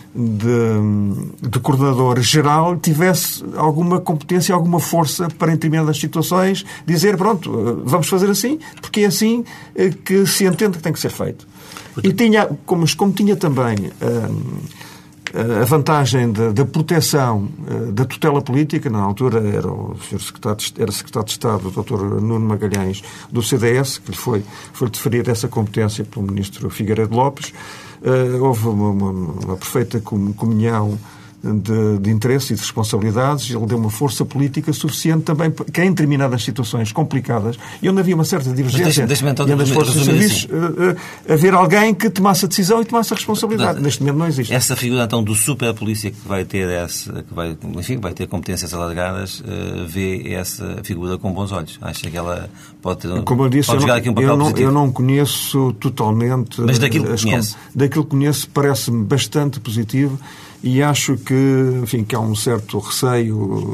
de, de coordenador geral tivesse alguma competência, alguma força para, em determinadas situações, dizer, pronto, vamos fazer assim, porque é assim que se entende que tem que ser feito. E tinha, como, como tinha também Um, a vantagem da, da proteção, da tutela política, na altura era o senhor secretário, era secretário de Estado, o doutor Nuno Magalhães, do C D S, que lhe foi, foi deferida essa competência pelo ministro Figueiredo Lopes. Uh, houve uma, uma, uma perfeita comunhão de, de interesse e de responsabilidades. Ele deu uma força política suficiente também que, em determinadas situações complicadas, e onde havia uma certa divergência entre as forças de serviços, uh, uh, haver alguém que tomasse a decisão e tomasse a responsabilidade. Não, neste momento não existe. Essa figura, então, do super-polícia que vai ter essa, que vai, enfim, vai ter competências alargadas, uh, vê essa figura com bons olhos. Acha que ela pode ter, como eu disse, pode eu jogar não, aqui um papel eu não, positivo? Eu não conheço totalmente... Mas daquilo que as, conhece? Daquilo que conheço parece-me bastante positivo. E acho que, enfim, que há um certo receio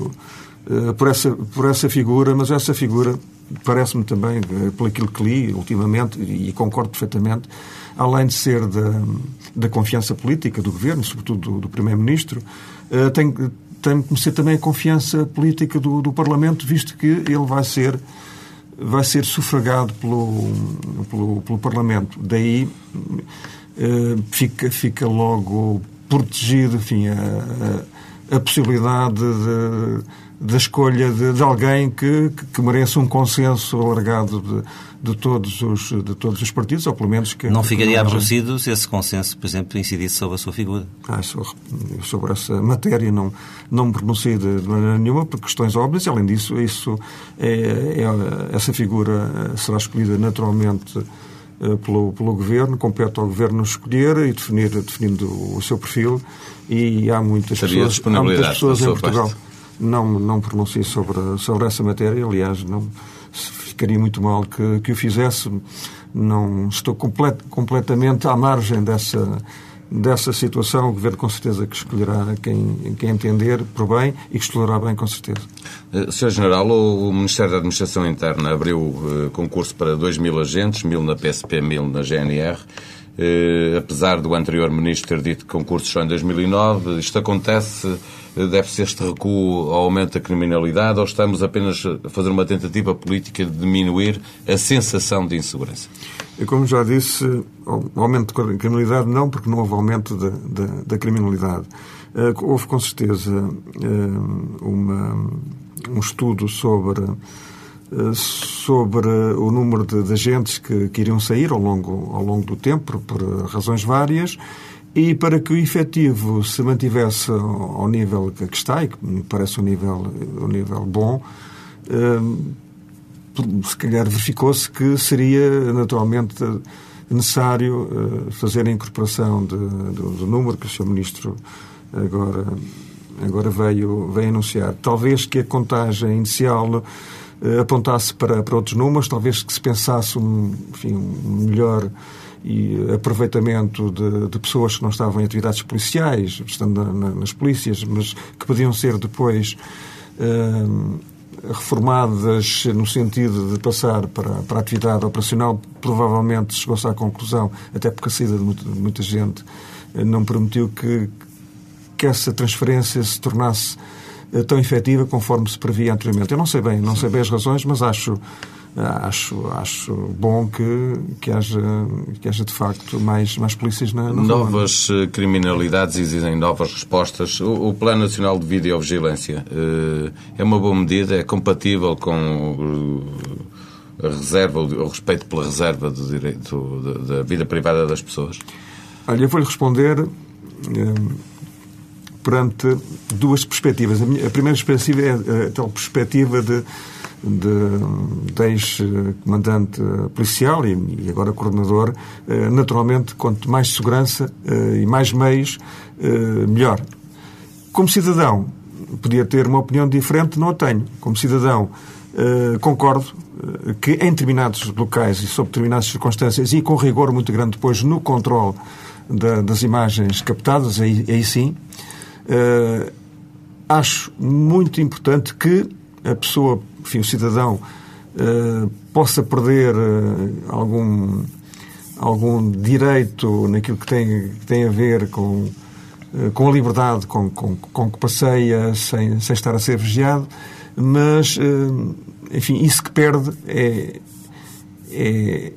uh, por, essa, por essa figura, mas essa figura parece-me também, uh, por aquilo que li ultimamente, e, e concordo perfeitamente, além de ser da, da confiança política do Governo, sobretudo do, do Primeiro-Ministro, uh, tem, tem que ser também a confiança política do, do Parlamento, visto que ele vai ser, vai ser sufragado pelo, pelo, pelo Parlamento. Daí uh, fica, fica logo protegido, enfim, a, a, a possibilidade de, da escolha de, de alguém que, que, que mereça um consenso alargado de, de, todos os, de todos os partidos, ou pelo menos que... Não ficaria aborrecido se esse consenso, por exemplo, incidisse sobre a sua figura? Ah, sobre essa matéria não, não me pronuncio de, de maneira nenhuma, por questões óbvias, e além disso, isso é, é, essa figura será escolhida naturalmente Pelo, pelo Governo, compete ao Governo escolher e definir, definindo o seu perfil, e há muitas Seria pessoas, há muitas pessoas em Portugal. Parte. Não, não pronuncio sobre, sobre essa matéria, aliás, não, ficaria muito mal que, que o fizesse, não estou complet, completamente à margem dessa, dessa situação. O Governo com certeza que escolherá quem, quem entender por bem e que explorará bem, com certeza. senhor General, o Ministério da Administração Interna abriu uh, concurso para dois mil agentes, mil na P S P, mil na G N R. Uh, apesar do anterior Ministro ter dito que concursos só em dois mil e nove, isto acontece, uh, deve-se este recuo ao aumento da criminalidade ou estamos apenas a fazer uma tentativa política de diminuir a sensação de insegurança? Eu, como já disse, o aumento da criminalidade não, porque não houve aumento da, da, da criminalidade. Uh, houve, com certeza, uh, uma, um estudo sobre... sobre o número de, de agentes que, que iriam sair ao longo, ao longo do tempo, por, por razões várias, e para que o efetivo se mantivesse ao, ao nível que, que está, e que me parece um nível, um nível bom, eh, se calhar verificou-se que seria naturalmente necessário eh, fazer a incorporação de, do, do número que o senhor Ministro agora, agora veio, veio anunciar. Talvez que a contagem inicial apontasse para, para outros números, talvez que se pensasse um, enfim, um melhor e aproveitamento de, de pessoas que não estavam em atividades policiais, estando na, na, nas polícias, mas que podiam ser depois uh, reformadas no sentido de passar para, para a atividade operacional. Provavelmente chegou-se à conclusão, até porque a saída de muita, de muita gente não permitiu que, que essa transferência se tornasse tão efetiva conforme se previa anteriormente. Eu não sei bem, não sei bem as razões, mas acho, acho, acho bom que, que, haja, que haja de facto mais, mais polícias na, na Novas rua. Criminalidades exigem novas respostas. O, o Plano Nacional de Videovigilância uh, é uma boa medida? É compatível com a reserva, o respeito pela reserva do direito da vida privada das pessoas? Olha, eu vou-lhe responder uh, perante duas perspectivas. A, minha, a primeira perspectiva é a tal perspectiva de, de, de ex-comandante policial e, e agora coordenador. Naturalmente, quanto mais segurança e mais meios, melhor. Como cidadão, podia ter uma opinião diferente, não a tenho. Como cidadão, concordo que em determinados locais e sob determinadas circunstâncias e com rigor muito grande depois no controle da, das imagens captadas, aí, aí sim, Uh, acho muito importante que a pessoa, enfim, o cidadão, uh, possa perder uh, algum, algum direito naquilo que tem, que tem a ver com, uh, com a liberdade com, com, com que passeia sem, sem estar a ser vigiado, mas, uh, enfim, isso que perde é, é,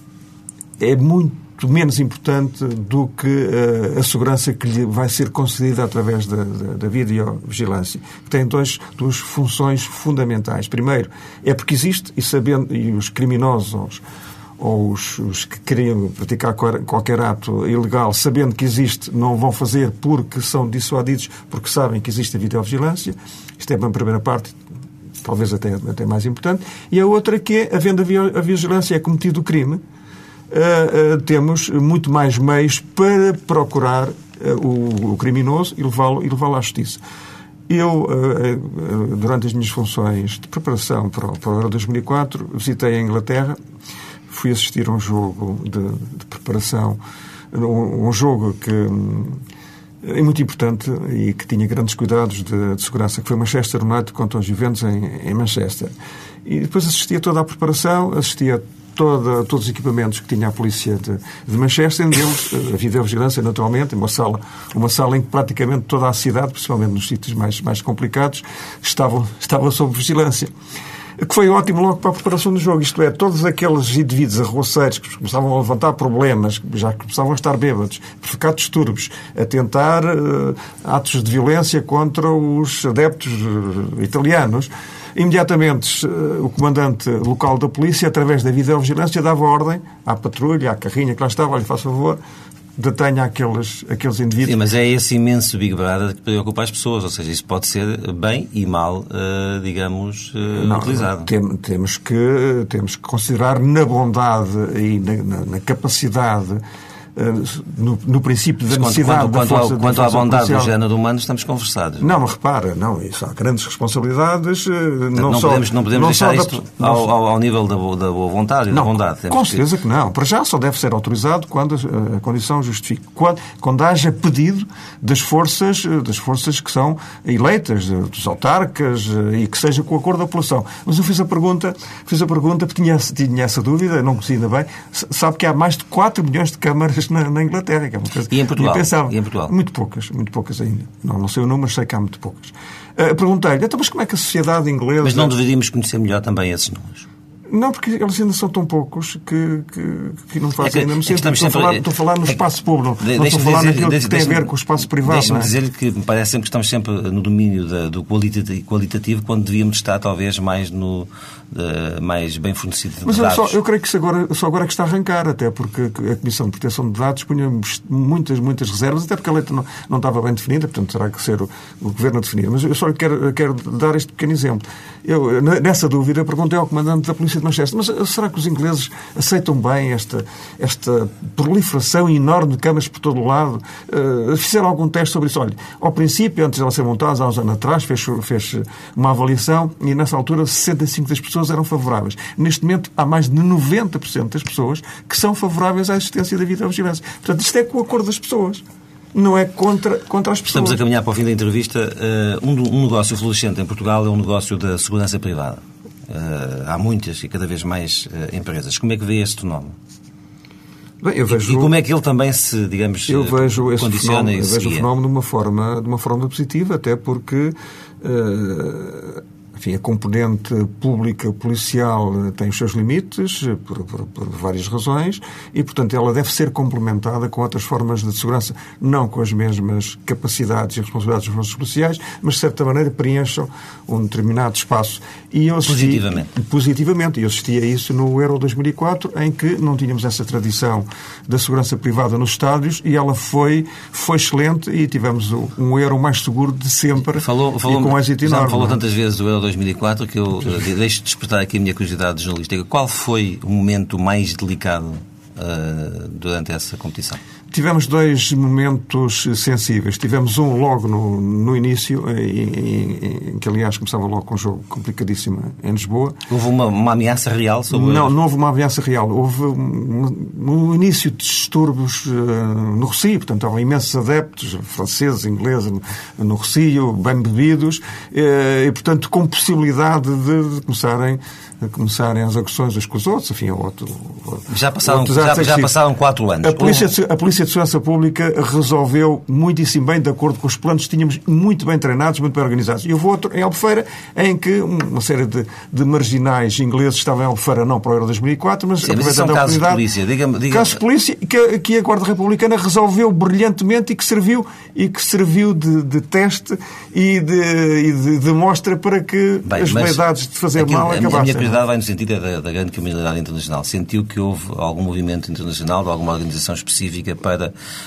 é muito menos importante do que uh, a segurança que lhe vai ser concedida através da, da, da videovigilância. Tem dois, duas funções fundamentais. Primeiro, é porque existe, e, sabendo, e os criminosos ou os, os que queriam praticar qualquer ato ilegal, sabendo que existe, não vão fazer porque são dissuadidos, porque sabem que existe a videovigilância. Isto é uma primeira parte, talvez até, até mais importante. E a outra que é, havendo a vigilância, é cometido o crime, Uh, uh, temos muito mais meios para procurar uh, o, o criminoso e levá-lo, e levá-lo à justiça. Eu, uh, uh, durante as minhas funções de preparação para o, para o Euro dois mil e quatro, visitei a Inglaterra, fui assistir a um jogo de, de preparação, um, um jogo que um, é muito importante e que tinha grandes cuidados de, de segurança, que foi Manchester United contra os Juventus em, em Manchester. E depois assisti a toda a preparação, assisti a Toda, todos os equipamentos que tinha a polícia de, de Manchester, deles, a videovigilância, naturalmente, uma sala, uma sala em que praticamente toda a cidade, principalmente nos sítios mais, mais complicados, estava, estava sob vigilância. Que foi ótimo logo para a preparação do jogo. Isto é, todos aqueles indivíduos arruaceiros que começavam a levantar problemas, que já começavam a estar bêbados, a provocar distúrbios, a tentar uh, atos de violência contra os adeptos uh, italianos. Imediatamente, o comandante local da polícia, através da videovigilância, dava ordem à patrulha, à carrinha que lá estava: olha, faz favor, detenha aqueles, aqueles indivíduos. Sim, mas é esse imenso Big Brother que preocupa as pessoas, ou seja, isso pode ser bem e mal, uh, digamos, uh, não, utilizado. Tem, temos, que, temos que considerar na bondade e na, na, na capacidade no, no princípio da quanto, necessidade quanto, da força, quanto, quanto da força à bondade policial. do género humano, estamos conversados. Não, mas repara, não, isso há grandes responsabilidades. Não, não só, podemos, não podemos não deixar só isto da, ao, ao, ao nível da boa, da boa vontade e não, da bondade. Temos com que... certeza que não. Para já só deve ser autorizado quando a condição justifique. Quando, quando haja pedido das forças, das forças que são eleitas, dos autarcas, e que seja com o acordo da população. Mas eu fiz a pergunta, fiz a pergunta porque tinha, tinha essa dúvida, não conhecia ainda bem. Sabe que há mais de quatro milhões de câmaras na, na Inglaterra. Que é uma coisa, e em Portugal? Pensava, e em Portugal? Muito poucas, muito poucas ainda. Não, não sei o número, sei que há muito poucas. Uh, Perguntei-lhe, então, mas como é que a sociedade inglesa... Mas não deveríamos conhecer melhor também esses números? Não, porque eles ainda são tão poucos que, que, que não fazem é que, ainda. É estou, sempre... a falar, estou a falar no espaço é, público, de, não estou a falar dizer, naquilo deixe, que tem deixe, a ver com o espaço privado. Deixe-me não é? dizer que me parece sempre que estamos sempre no domínio da, do qualitativo, quando devíamos estar talvez mais, no, de, mais bem fornecido de Mas dados. eu, só, eu creio que isso agora, só agora é que está a arrancar, até porque a Comissão de Proteção de Dados punha muitas, muitas reservas, até porque a lei não, não estava bem definida, portanto terá que ser o, o Governo a definir. Mas eu só lhe quero, quero dar este pequeno exemplo. Eu, nessa dúvida, perguntei ao Comandante da Polícia de Manchester, mas será que os ingleses aceitam bem esta, esta proliferação enorme de câmaras por todo o lado? Uh, fizeram algum teste sobre isso? Olha, ao princípio, antes de ela ser montada, há uns anos atrás, fez, fez uma avaliação e, nessa altura, sessenta e cinco por cento das pessoas eram favoráveis. Neste momento, há mais de noventa por cento das pessoas que são favoráveis à existência da videovigilância. Portanto, isto é com o acordo das pessoas. Não é contra, contra as pessoas. Estamos a caminhar para o fim da entrevista. Uh, um, um negócio florescente em Portugal é um negócio da segurança privada. Uh, há muitas e cada vez mais uh, empresas. Como é que vê este fenómeno? Bem, eu vejo, e, e como é que ele também se, digamos, eu vejo esse condiciona fenómeno, e eu se vejo o guia? fenómeno de uma forma, de uma forma positiva, até porque uh, enfim, a componente pública policial tem os seus limites, por, por, por várias razões, e, portanto, ela deve ser complementada com outras formas de segurança, não com as mesmas capacidades e responsabilidades dos forças policiais, mas, de certa maneira, preencham um determinado espaço. E eu assisti, positivamente. Positivamente. E eu assisti a isso no Euro dois mil e quatro, em que não tínhamos essa tradição da segurança privada nos estádios, e ela foi, foi excelente, e tivemos um Euro mais seguro de sempre, falou, falou, e com êxito enorme. Falou não? tantas vezes do Euro dois mil e quatro que eu deixo de despertar aqui a minha curiosidade jornalística. Qual foi o momento mais delicado uh, durante essa competição? Tivemos dois momentos sensíveis. Tivemos um logo no, no início, em, em, em que, aliás, começava logo com um jogo complicadíssimo em Lisboa. Houve uma, uma ameaça real sobre... Não, não houve uma ameaça real. Houve um, um início de distúrbios uh, no Rossio. Portanto, há imensos adeptos, franceses, ingleses, no, no Rossio, bem bebidos, uh, e, portanto, com possibilidade de, de começarem a começarem as agressões uns com os outros, enfim, outro, já passaram, já, já passaram quatro anos. A Polícia, de, a Polícia de Segurança Pública resolveu muitíssimo bem, de acordo com os planos que tínhamos, muito bem treinados, muito bem organizados. E houve outro em Albufeira, em que uma série de, de marginais ingleses estavam em Albufeira, não para o Euro dois mil e quatro, mas aproveitando a oportunidade... Casos de polícia. Diga-me, diga-me... Casos de polícia que, que a Guarda Republicana resolveu brilhantemente e que serviu, e que serviu de, de teste e de, e de, de mostra para que bem, as veleidades de fazer aquilo, mal acabassem. A minha curiosidade vai no sentido da, da grande criminalidade internacional. Sentiu que houve algum movimento internacional, de alguma organização específica para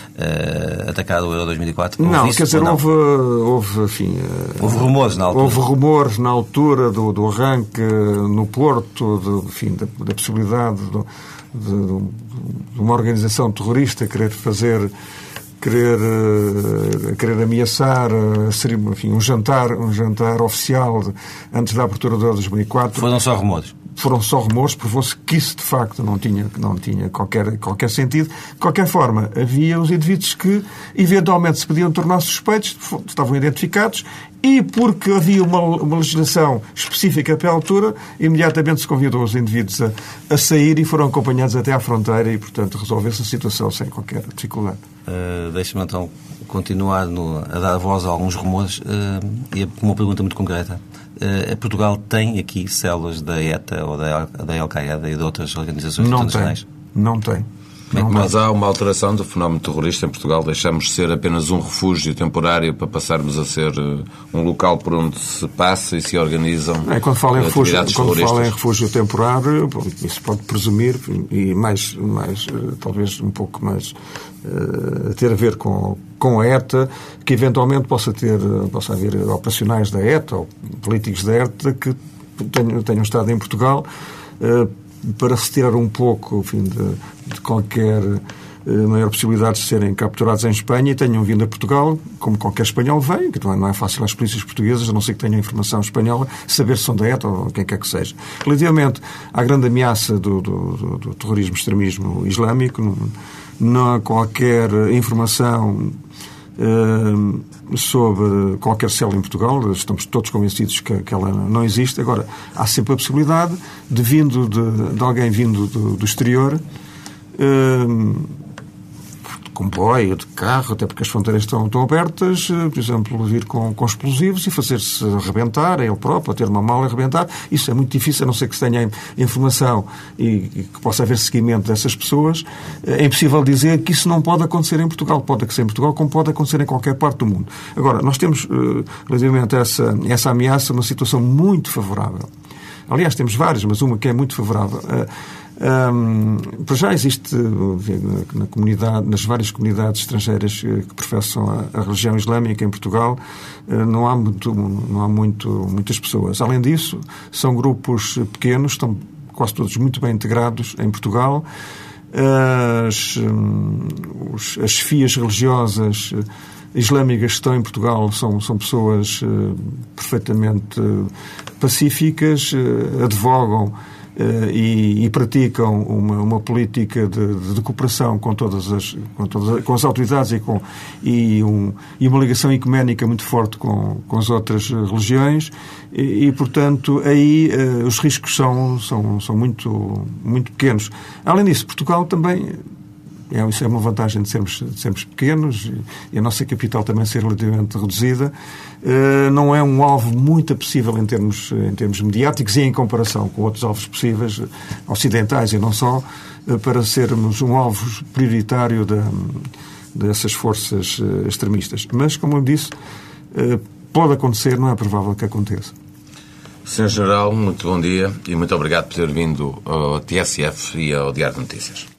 uh, atacar o Euro dois mil e quatro? Houve não, isso, quer dizer, não? houve, houve, enfim... Uh, houve rumores na altura. Houve rumores na altura do, do arranque no Porto, do, enfim, da, da possibilidade do, de, de uma organização terrorista querer fazer... querer, querer ameaçar seria, enfim, um jantar, um jantar oficial de, antes da abertura do Euro dois mil e quatro. Foram só rumores? Foram só rumores, provou-se que isso, de facto, não tinha, não tinha qualquer, qualquer sentido. De qualquer forma, havia os indivíduos que, eventualmente, se podiam tornar suspeitos, estavam identificados, e porque havia uma, uma legislação específica para a altura, imediatamente se convidou os indivíduos a, a sair e foram acompanhados até à fronteira e, portanto, resolveu-se a situação sem qualquer dificuldade. Uh, Deixe-me, então, continuar no, a dar voz a alguns rumores uh, e com uma pergunta muito concreta. Uh, Portugal tem aqui células da ETA ou da, da Al-Qaeda e de outras organizações não internacionais? Tem. Não tem. Não Mas há uma alteração do fenómeno terrorista em Portugal. Deixamos de ser apenas um refúgio temporário para passarmos a ser um local por onde se passa e se organizam é, quando fala em refúgio, quando fala em refúgio temporário, bom, isso pode presumir, e mais, mais talvez um pouco mais uh, ter a ver com, com a ETA, que eventualmente possa ter, possa haver operacionais da ETA ou políticos da ETA que tenham, tenham estado em Portugal uh, para se tirar um pouco, enfim, de, de qualquer maior possibilidade de serem capturados em Espanha e tenham vindo a Portugal, como qualquer espanhol vem, que não é fácil às polícias portuguesas, a não ser que tenham informação espanhola, saber se são da E T A ou quem quer que seja. Relativamente à grande ameaça do, do, do, do terrorismo, extremismo islâmico, não, não há qualquer informação uh, sobre qualquer célula em Portugal, estamos todos convencidos que, que ela não existe. Agora, há sempre a possibilidade de, vindo de, de alguém vindo do, do exterior, uh, de comboio, de carro, até porque as fronteiras estão, estão abertas, por exemplo, vir com, com explosivos e fazer-se arrebentar, ele próprio, ter uma mala e arrebentar. Isso é muito difícil, a não ser que se tenha informação e, e que possa haver seguimento dessas pessoas. É impossível dizer que isso não pode acontecer em Portugal. Pode acontecer em Portugal, como pode acontecer em qualquer parte do mundo. Agora, nós temos, relativamente a essa, essa ameaça, uma situação muito favorável. Aliás, temos várias, mas uma que é muito favorável. Um, para já existe na comunidade, nas várias comunidades estrangeiras que professam a, a religião islâmica em Portugal, não há, muito, não há muito, muitas pessoas. Além disso, são grupos pequenos, estão quase todos muito bem integrados em Portugal. As, os, as chefias religiosas islâmicas que estão em Portugal são, são pessoas perfeitamente pacíficas, advogam Uh, e, e praticam uma, uma política de, de cooperação com todas as, com todas as, com as autoridades e, com, e, um, e uma ligação ecuménica muito forte com, com as outras religiões e, e portanto, aí uh, os riscos são, são, são muito, muito pequenos. Além disso, Portugal também... É, isso é uma vantagem de sermos, de sermos pequenos e a nossa capital também ser relativamente reduzida. Uh, não é um alvo muito apetecível em termos, em termos mediáticos e em comparação com outros alvos possíveis, ocidentais e não só, uh, para sermos um alvo prioritário da, dessas forças uh, extremistas. Mas, como eu disse, uh, pode acontecer, não é provável que aconteça. senhor General, muito bom dia e muito obrigado por ter vindo ao T S F e ao Diário de Notícias.